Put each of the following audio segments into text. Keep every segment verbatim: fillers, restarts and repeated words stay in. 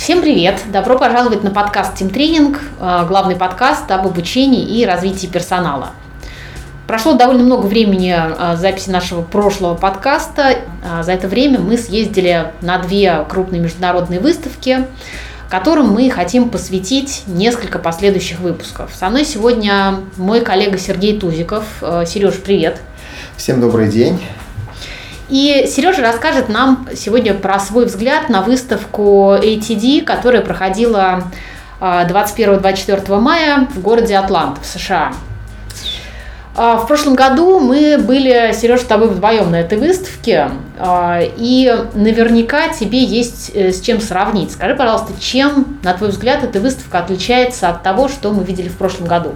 Всем привет! Добро пожаловать на подкаст Team Training, главный подкаст об обучении и развитии персонала. Прошло довольно много времени с записи нашего прошлого подкаста. За это время мы съездили на две крупные международные выставки, которым мы хотим посвятить несколько последующих выпусков. Со мной сегодня мой коллега Сергей Тузиков. Сереж, привет! Всем добрый день! И Сережа расскажет нам сегодня про свой взгляд на выставку эй ти ди, которая проходила двадцать первого - двадцать четвёртого мая в городе Атланта в США. В прошлом году мы были, Сережа, с тобой вдвоем на этой выставке, и наверняка тебе есть с чем сравнить. Скажи, пожалуйста, чем, на твой взгляд, эта выставка отличается от того, что мы видели в прошлом году?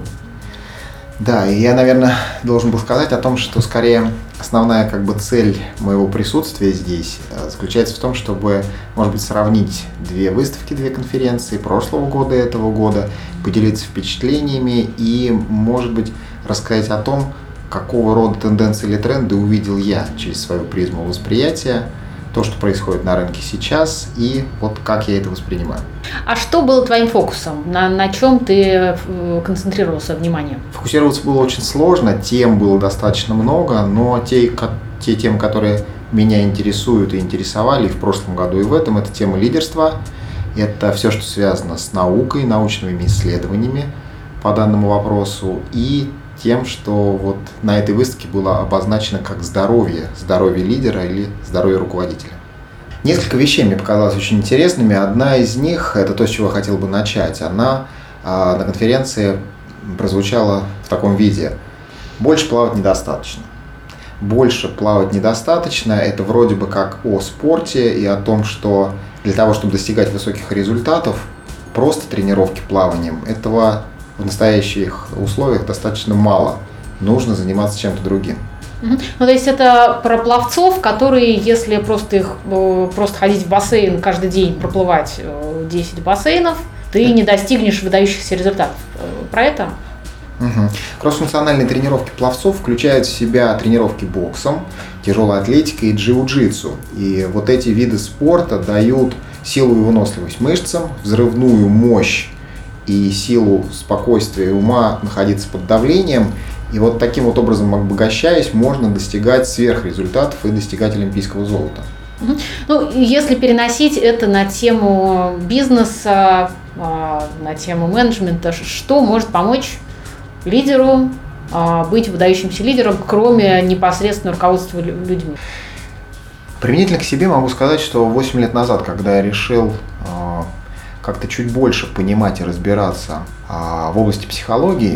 Да, и я, наверное, должен был сказать о том, что скорее основная как бы цель моего присутствия здесь заключается в том, чтобы, может быть, сравнить две выставки, две конференции прошлого года и этого года, поделиться впечатлениями и, может быть, рассказать о том, какого рода тенденции или тренды увидел я через свою призму восприятия, то, что происходит на рынке сейчас, и вот как я это воспринимаю. А что было твоим фокусом? На, на чем ты концентрировал свое внимание? Фокусироваться было очень сложно, тем было достаточно много, но те, те темы, которые меня интересуют и интересовали и в прошлом году, и в этом, это тема лидерства, это все, что связано с наукой, научными исследованиями по данному вопросу, и тем, что вот на этой выставке было обозначено как здоровье, здоровье лидера или здоровье руководителя. Несколько вещей мне показалось очень интересными. Одна из них, это то, с чего я хотел бы начать, она а, на конференции прозвучала в таком виде: больше плавать недостаточно. Больше плавать недостаточно, это вроде бы как о спорте и о том, что для того, чтобы достигать высоких результатов, просто тренировки плаванием, этого в настоящих условиях достаточно мало. Нужно заниматься чем-то другим. Ну, то есть это про пловцов, которые, если просто их просто ходить в бассейн каждый день, проплывать десять бассейнов, ты не достигнешь выдающихся результатов. Про это? Угу. Кроссфункциональные тренировки пловцов включают в себя тренировки боксом, тяжелой атлетикой и джиу-джитсу. И вот эти виды спорта дают силу и выносливость мышцам, взрывную мощь и силу спокойствия и ума находиться под давлением. И вот таким вот образом, обогащаясь, можно достигать сверхрезультатов и достигать олимпийского золота. Ну, если переносить это на тему бизнеса, на тему менеджмента, что может помочь лидеру быть выдающимся лидером, кроме непосредственно руководства людьми? Применительно к себе могу сказать, что восемь лет назад, когда я решил как-то чуть больше понимать и разбираться а, в области психологии,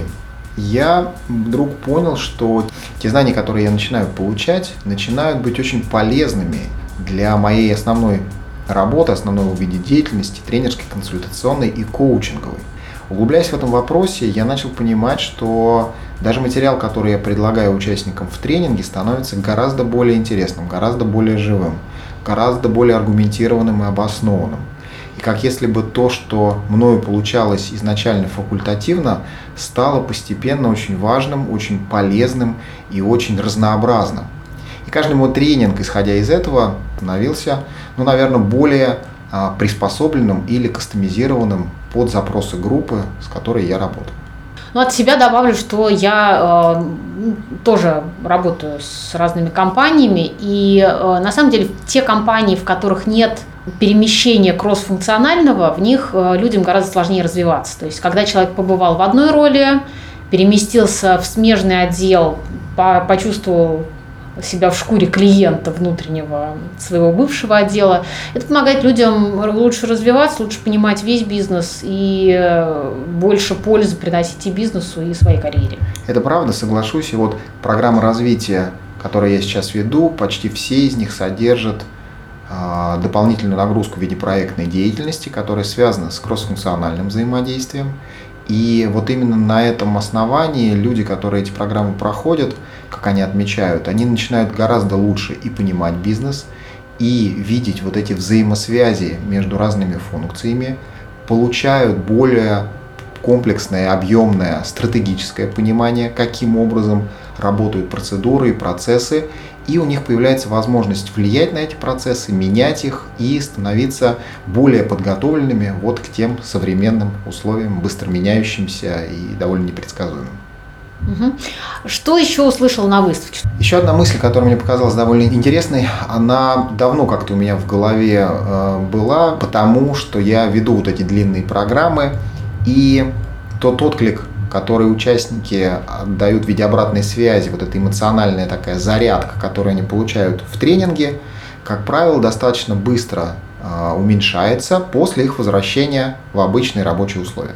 я вдруг понял, что те знания, которые я начинаю получать, начинают быть очень полезными для моей основной работы, основного вида деятельности, тренерской, консультационной и коучинговой. Углубляясь в этом вопросе, я начал понимать, что даже материал, который я предлагаю участникам в тренинге, становится гораздо более интересным, гораздо более живым, гораздо более аргументированным и обоснованным. И как если бы то, что мною получалось изначально факультативно, стало постепенно очень важным, очень полезным и очень разнообразным. И каждый мой тренинг, исходя из этого, становился, ну, наверное, более а, приспособленным или кастомизированным под запросы группы, с которой я работаю. Ну, от себя добавлю, что я э, тоже работаю с разными компаниями, и э, на самом деле те компании, в которых нет перемещения кроссфункционального, в них э, людям гораздо сложнее развиваться. То есть, когда человек побывал в одной роли, переместился в смежный отдел, по, почувствовал себя в шкуре клиента внутреннего своего бывшего отдела, это помогает людям лучше развиваться, лучше понимать весь бизнес и больше пользы приносить и бизнесу, и своей карьере. Это правда, соглашусь. И вот программы развития, которые я сейчас веду, почти все из них содержат э, дополнительную нагрузку в виде проектной деятельности, которая связана с кроссфункциональным взаимодействием. И вот именно на этом основании люди, которые эти программы проходят, как они отмечают, они начинают гораздо лучше и понимать бизнес, и видеть вот эти взаимосвязи между разными функциями, получают более комплексное, объемное, стратегическое понимание, каким образом работают процедуры и процессы, и у них появляется возможность влиять на эти процессы, менять их и становиться более подготовленными вот к тем современным условиям, быстро меняющимся и довольно непредсказуемым. Угу. Что еще услышал на выставке? Еще одна мысль, которая мне показалась довольно интересной, она давно как-то у меня в голове э, была, потому что я веду вот эти длинные программы, и тот отклик, который участники дают в виде обратной связи, вот эта эмоциональная такая зарядка, которую они получают в тренинге, как правило, достаточно быстро э, уменьшается после их возвращения в обычные рабочие условия.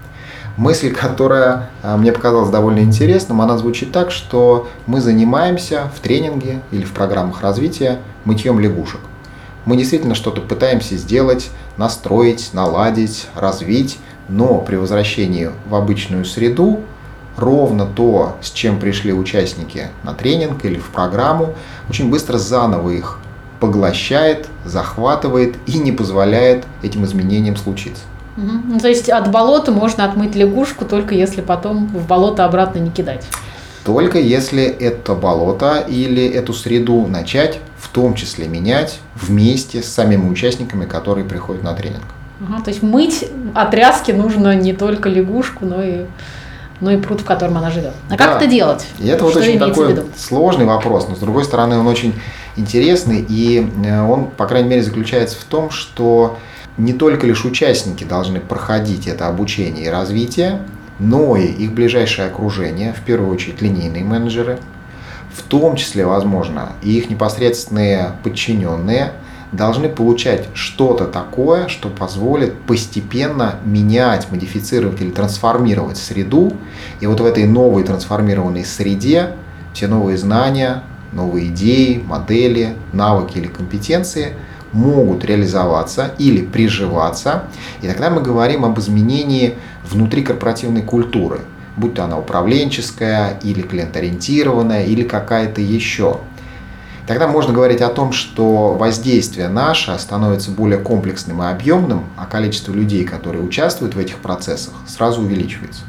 Мысль, которая мне показалась довольно интересным, она звучит так, что мы занимаемся в тренинге или в программах развития мытьем лягушек. Мы действительно что-то пытаемся сделать, настроить, наладить, развить, но при возвращении в обычную среду ровно то, с чем пришли участники на тренинг или в программу, очень быстро заново их поглощает, захватывает и не позволяет этим изменениям случиться. Угу. То есть от болота можно отмыть лягушку, только если потом в болото обратно не кидать. Только если это болото или эту среду начать, в том числе менять вместе с самими участниками, которые приходят на тренинг. Угу. То есть мыть от тряски нужно не только лягушку, но и, но и пруд, в котором она живет. А да. Как это делать? И это вот очень такой сложный вопрос, но с другой стороны он очень интересный, и он, по крайней мере, заключается в том, что не только лишь участники должны проходить это обучение и развитие, но и их ближайшее окружение, в первую очередь линейные менеджеры, в том числе, возможно, и их непосредственные подчиненные должны получать что-то такое, что позволит постепенно менять, модифицировать или трансформировать среду. И вот в этой новой трансформированной среде все новые знания, новые идеи, модели, навыки или компетенции могут реализоваться или приживаться, и тогда мы говорим об изменении внутри корпоративной культуры, будь то она управленческая, или клиенториентированная, или какая-то еще. Тогда можно говорить о том, что воздействие наше становится более комплексным и объемным, а количество людей, которые участвуют в этих процессах, сразу увеличивается.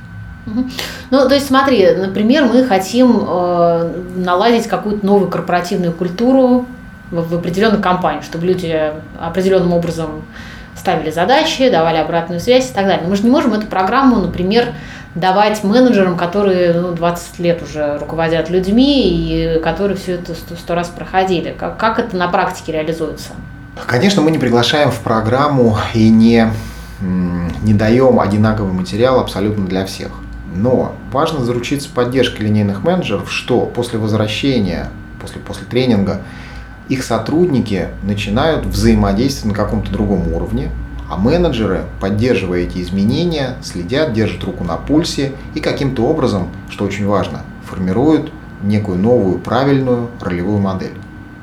Ну, то есть смотри, например, мы хотим э, наладить какую-то новую корпоративную культуру в определенной компании, чтобы люди определенным образом ставили задачи, давали обратную связь и так далее. Но мы же не можем эту программу, например, давать менеджерам, которые ну, двадцать лет уже руководят людьми и которые все это сто раз проходили. Как, как это на практике реализуется? Конечно, мы не приглашаем в программу и не, не даем одинаковый материал абсолютно для всех. Но важно заручиться поддержкой линейных менеджеров, что после возвращения, после, после тренинга, их сотрудники начинают взаимодействовать на каком-то другом уровне, а менеджеры, поддерживая эти изменения, следят, держат руку на пульсе и каким-то образом, что очень важно, формируют некую новую, правильную ролевую модель.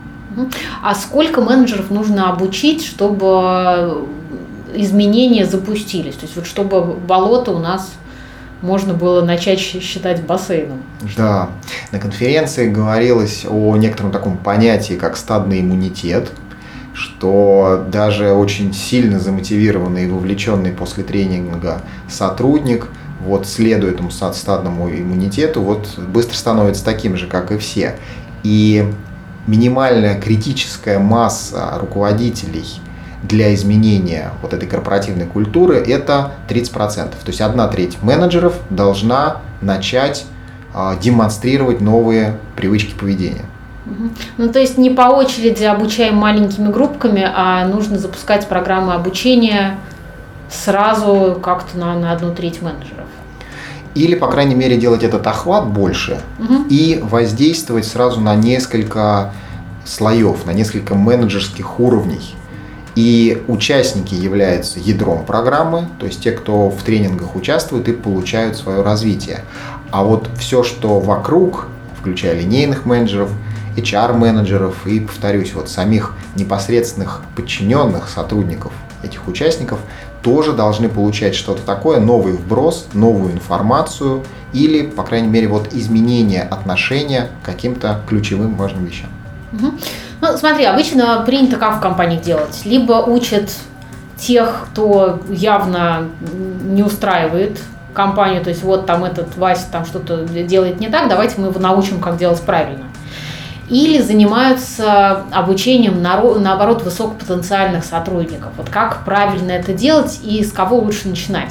А сколько менеджеров нужно обучить, чтобы изменения запустились? То есть вот чтобы болото у нас можно было начать считать бассейном. Да, на конференции говорилось о некотором таком понятии, как стадный иммунитет, что даже очень сильно замотивированный и вовлеченный после тренинга сотрудник, вот следуя этому стадному иммунитету, вот быстро становится таким же, как и все. И минимальная критическая масса руководителей для изменения вот этой корпоративной культуры – это тридцать процентов. То есть одна треть менеджеров должна начать э, демонстрировать новые привычки поведения. Ну, то есть не по очереди обучаем маленькими группками, а нужно запускать программы обучения сразу как-то на, на одну треть менеджеров. Или, по крайней мере, делать этот охват больше угу. и воздействовать сразу на несколько слоев, на несколько менеджерских уровней. И участники являются ядром программы, то есть те, кто в тренингах участвует и получают свое развитие. А вот все, что вокруг, включая линейных менеджеров, эйч ар-менеджеров и, повторюсь, вот самих непосредственных подчиненных сотрудников этих участников, тоже должны получать что-то такое, новый вброс, новую информацию или, по крайней мере, вот изменение отношения к каким-то ключевым важным вещам. Угу. Ну, смотри, обычно принято как в компаниях делать. Либо учат тех, кто явно не устраивает компанию, то есть вот там этот Вася там что-то делает не так, давайте мы его научим, как делать правильно. Или занимаются обучением, наоборот, высокопотенциальных сотрудников. Вот как правильно это делать и с кого лучше начинать?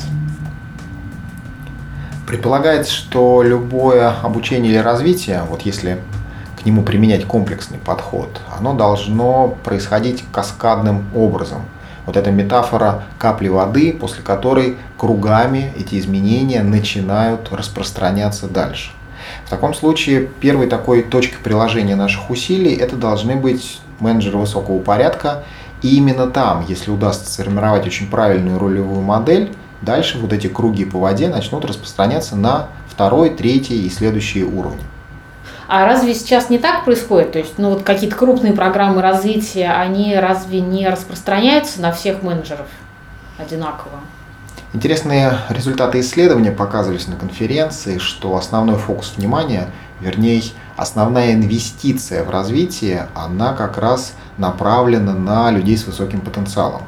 Предполагается, что любое обучение или развитие, вот если к нему применять комплексный подход, оно должно происходить каскадным образом. Вот эта метафора капли воды, после которой кругами эти изменения начинают распространяться дальше. В таком случае первой такой точкой приложения наших усилий это должны быть менеджеры высокого порядка. И именно там, если удастся сформировать очень правильную ролевую модель, дальше вот эти круги по воде начнут распространяться на второй, третий и следующие уровни. А разве сейчас не так происходит? То есть, ну вот какие-то крупные программы развития, они разве не распространяются на всех менеджеров одинаково? Интересные результаты исследования показывались на конференции, что основной фокус внимания, вернее, основная инвестиция в развитие, она как раз направлена на людей с высоким потенциалом.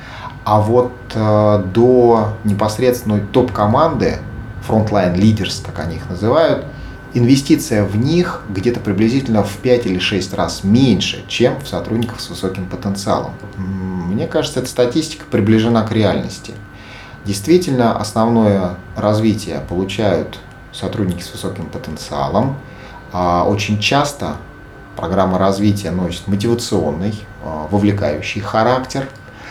А вот э, до непосредственной топ-команды, frontline leaders, как они их называют, инвестиция в них где-то приблизительно в пять или шесть раз меньше, чем в сотрудников с высоким потенциалом. Мне кажется, эта статистика приближена к реальности. Действительно, основное развитие получают сотрудники с высоким потенциалом. Очень часто программа развития носит мотивационный, вовлекающий характер.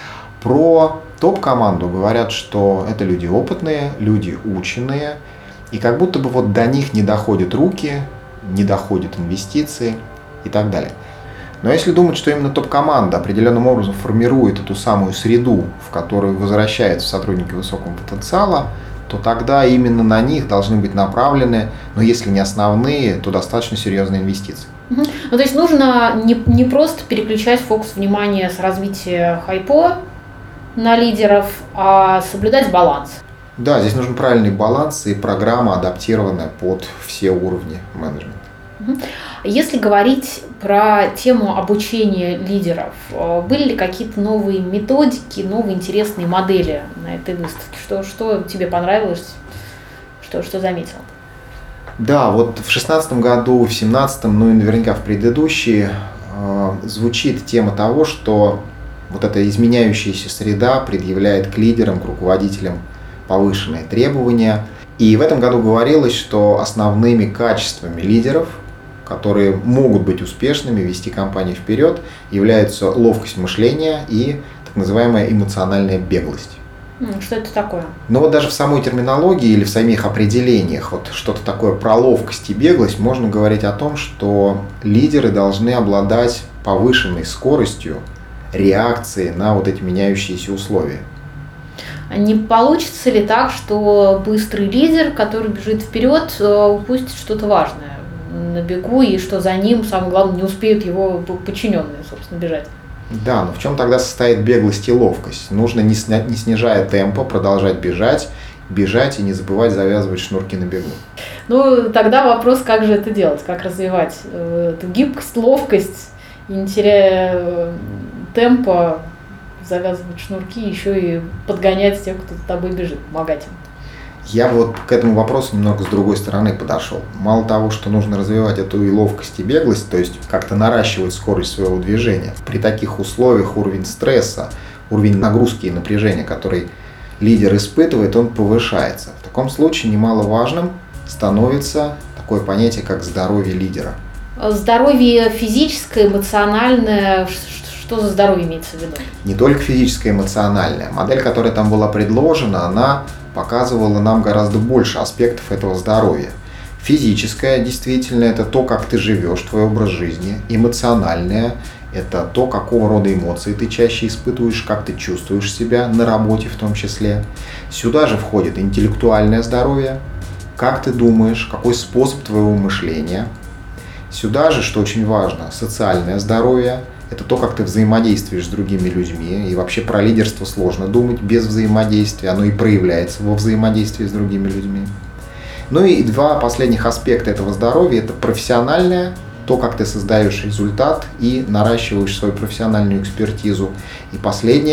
Про топ-команду говорят, что это люди опытные, люди ученые, и как будто бы вот до них не доходят руки, не доходят инвестиции и так далее. Но если думать, что именно топ-команда определенным образом формирует эту самую среду, в которую возвращаются сотрудники высокого потенциала, то тогда именно на них должны быть направлены, но если не основные, то достаточно серьезные инвестиции. Угу. Ну, то есть нужно не, не просто переключать фокус внимания с развития хайпо на лидеров, а соблюдать баланс. Да, здесь нужен правильный баланс и программа, адаптированная под все уровни менеджмента. Если говорить про тему обучения лидеров, были ли какие-то новые методики, новые интересные модели на этой выставке? Что, что тебе понравилось, что, что заметил? Да, вот в две тысячи шестнадцатом году, в две тысячи семнадцатом, ну и наверняка в предыдущие, э, звучит тема того, что вот эта изменяющаяся среда предъявляет к лидерам, к руководителям повышенные требования. И в этом году говорилось, что основными качествами лидеров, которые могут быть успешными, вести компанию вперед, являются ловкость мышления и так называемая эмоциональная беглость. Что это такое? Но вот даже в самой терминологии или в самих определениях вот что-то такое про ловкость и беглость можно говорить о том, что лидеры должны обладать повышенной скоростью реакции на вот эти меняющиеся условия. Не получится ли так, что быстрый лидер, который бежит вперед, упустит что-то важное на бегу, и что за ним, самое главное, не успеют его подчиненные, собственно, бежать? Да, но в чем тогда состоит беглость и ловкость? Нужно, не, сня- не снижая темпа, продолжать бежать, бежать и не забывать завязывать шнурки на бегу. Ну, тогда вопрос, как же это делать, как развивать эту гибкость, ловкость, и не теряя темпа, завязывать шнурки, еще и подгонять тех, кто за тобой бежит, помогать им. Я вот к этому вопросу немного с другой стороны подошел. Мало того, что нужно развивать эту и ловкость, и беглость, то есть как-то наращивать скорость своего движения, при таких условиях уровень стресса, уровень нагрузки и напряжения, который лидер испытывает, он повышается. В таком случае немаловажным становится такое понятие, как здоровье лидера. Здоровье физическое, эмоциональное, что за здоровье имеется в виду? Не только физическое, эмоциональное. Модель, которая там была предложена, она показывала нам гораздо больше аспектов этого здоровья. Физическое, действительно, это то, как ты живешь, твой образ жизни. Эмоциональное – это то, какого рода эмоции ты чаще испытываешь, как ты чувствуешь себя на работе в том числе. Сюда же входит интеллектуальное здоровье, как ты думаешь, какой способ твоего мышления. Сюда же, что очень важно, социальное здоровье. Это то, как ты взаимодействуешь с другими людьми. И вообще про лидерство сложно думать без взаимодействия. Оно и проявляется во взаимодействии с другими людьми. Ну и два последних аспекта этого здоровья – это профессиональное, то, как ты создаешь результат и наращиваешь свою профессиональную экспертизу. И последнее,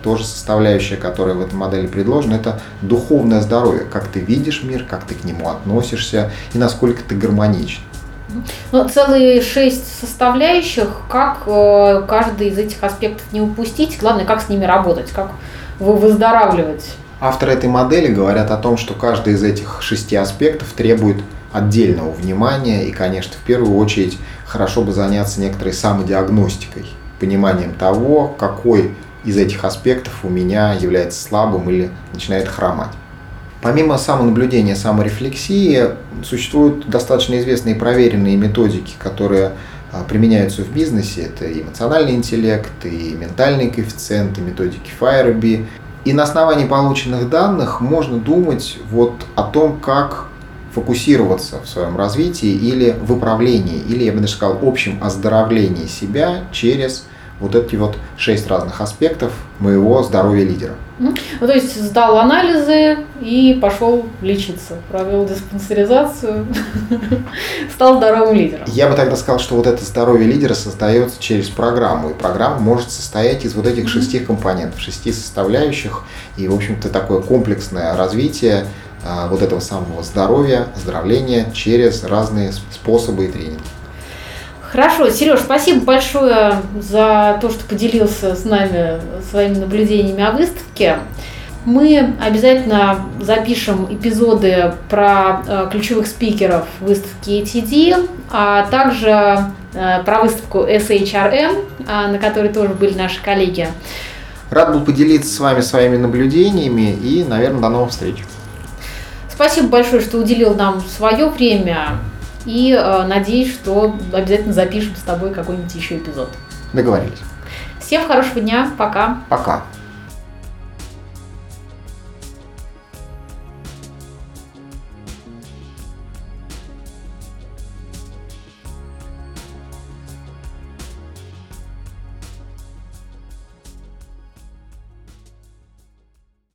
тоже составляющая, которая в этой модели предложена, это духовное здоровье. Как ты видишь мир, как ты к нему относишься и насколько ты гармоничен. Ну, целые шесть составляющих, как э, каждый из этих аспектов не упустить, главное, как с ними работать, как выздоравливать. Авторы этой модели говорят о том, что каждый из этих шести аспектов требует отдельного внимания и, конечно, в первую очередь хорошо бы заняться некоторой самодиагностикой, пониманием того, какой из этих аспектов у меня является слабым или начинает хромать. Помимо самонаблюдения, саморефлексии, существуют достаточно известные и проверенные методики, которые применяются в бизнесе. Это и эмоциональный интеллект, и ментальные коэффициенты, методики Файерби. И на основании полученных данных можно думать вот о том, как фокусироваться в своем развитии или в управлении, или, я бы даже сказал, общем оздоровлении себя через вот эти вот шесть разных аспектов моего здоровья лидера. Ну, то есть сдал анализы и пошел лечиться, провел диспансеризацию, стал здоровым лидером. Я бы тогда сказал, что вот это здоровье лидера создается через программу, и программа может состоять из вот этих шести компонентов, шести составляющих, и, в общем-то, такое комплексное развитие а, вот этого самого здоровья, оздоровления через разные способы и тренинги. Хорошо, Сереж, спасибо большое за то, что поделился с нами своими наблюдениями о выставке. Мы обязательно запишем эпизоды про э, ключевых спикеров выставки эй ти ди, а также э, про выставку эс эйч ар эм, э, на которой тоже были наши коллеги. Рад был поделиться с вами своими наблюдениями и, наверное, до новых встреч. Спасибо большое, что уделил нам свое время. И э, надеюсь, что обязательно запишем с тобой какой-нибудь еще эпизод. Договорились. Всем хорошего дня. Пока. Пока.